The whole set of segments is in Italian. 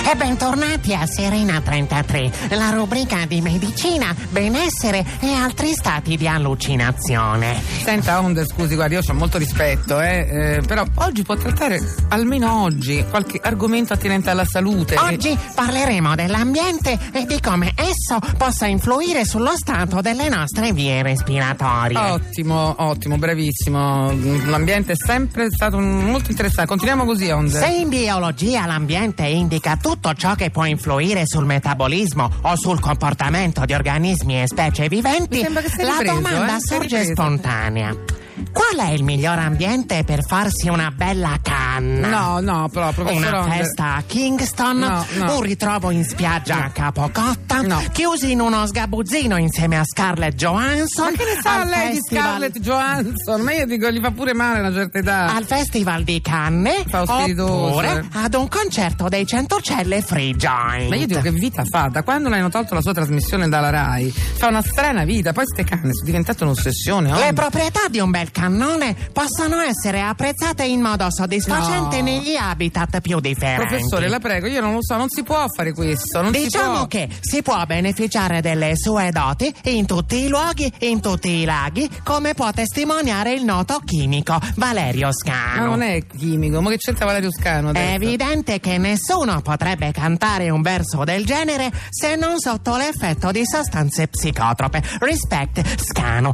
E bentornati a Serena 33, la rubrica di medicina, benessere e altri stati di allucinazione. Senta Onder, scusi, guardi, io ho molto rispetto, però oggi può trattare, almeno oggi, qualche argomento attinente alla salute. Oggi parleremo dell'ambiente e di come esso possa influire sullo stato delle nostre vie respiratorie. Ottimo, bravissimo. L'ambiente è sempre stato molto interessante. Continuiamo così, Onder. Se in biologia l'ambiente indica tutto ciò che può influire sul metabolismo o sul comportamento di organismi e specie viventi, la domanda sorge spontanea. Qual è il miglior ambiente per farsi una bella canna? No, però professor Una Onder. festa a Kingston? No. Un ritrovo in spiaggia a Capocotta? No. Chiusi in uno sgabuzzino insieme a Scarlett Johansson? Ma che ne sa al lei di festival... Scarlett Johansson? Ma io dico, gli fa pure male a una certa età. Al Festival di Cannes? Fa spiritoso. Oppure ad un concerto dei Centocelle Free Joint? Ma io dico, che vita fa? Da quando le hanno tolto la sua trasmissione dalla Rai, fa una strana vita. Poi ste canne sono diventate un'ossessione. Le proprietà di un bel cannone possono essere apprezzate in modo soddisfacente negli habitat più differenti. Professore, la prego, io non lo so, non si può fare questo. Diciamo che si può beneficiare delle sue doti in tutti i luoghi, in tutti i laghi, come può testimoniare il noto chimico Valerio Scanu. Ma non è chimico, ma che c'entra Valerio Scanu adesso? È evidente che nessuno potrebbe cantare un verso del genere se non sotto l'effetto di sostanze psicotrope. Respect Scanu.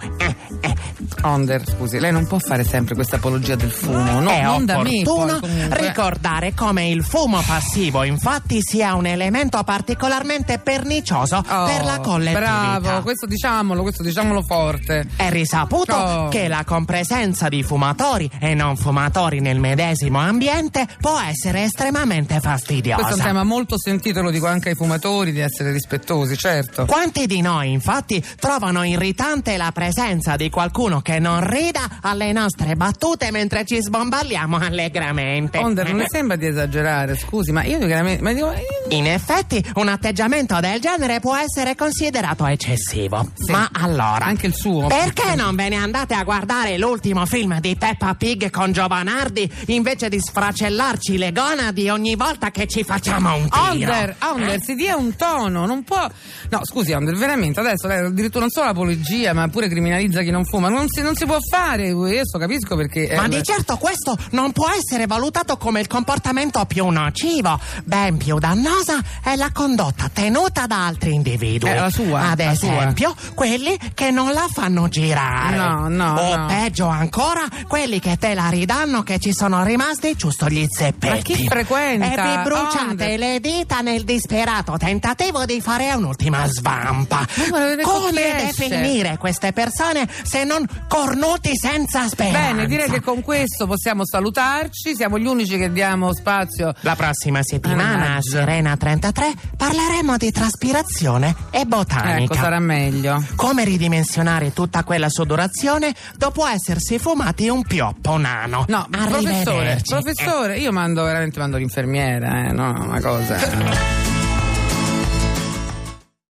Onder, scusi, lei non può fare sempre questa apologia del fumo. No, È non da me, opportuno poi, comunque. ricordare come il fumo passivo infatti sia un elemento particolarmente pernicioso per la collettività. Bravo, questo diciamolo forte. È risaputo che la compresenza di fumatori e non fumatori nel medesimo ambiente può essere estremamente fastidiosa. Questo è un tema molto sentito, lo dico anche ai fumatori, di essere rispettosi, certo. Quanti di noi infatti trovano irritante la presenza di qualcuno che non rida alle nostre battute mentre ci sbomballiamo allegramente? Onder, non mi sembra di esagerare, scusi, ma io In effetti un atteggiamento del genere può essere considerato eccessivo. Sì. Ma allora, anche il suo. perché non ve ne andate a guardare l'ultimo film di Peppa Pig con Giovanardi invece di sfracellarci le gonadi ogni volta che ci facciamo un tiro? Onder, si dia un tono, non può. No, scusi, Onder, veramente, adesso lei addirittura non solo apologia, ma pure criminalizza chi non fuma. Non si può fare questo, capisco perché. Ma di certo questo non può essere valutato come il comportamento più nocivo. Ben più dannosa è la condotta tenuta da altri individui. La sua. Ad esempio, quelli che non la fanno girare. O peggio ancora, quelli che te la ridanno che ci sono rimasti giusto gli zeppetti. Ma chi frequenta? E vi bruciate Onder. le dita nel disperato tentativo di fare un'ultima svampa. Come definire queste persone se non cornuti senza speranza? Bene, direi che con questo possiamo salutarci, siamo gli unici che diamo spazio. La prossima settimana a Serena 33 parleremo di traspirazione e botanica. Ecco, sarà meglio. Come ridimensionare tutta quella sudorazione dopo essersi fumati un pioppo nano. No, professore, io mando l'infermiera, no, una cosa.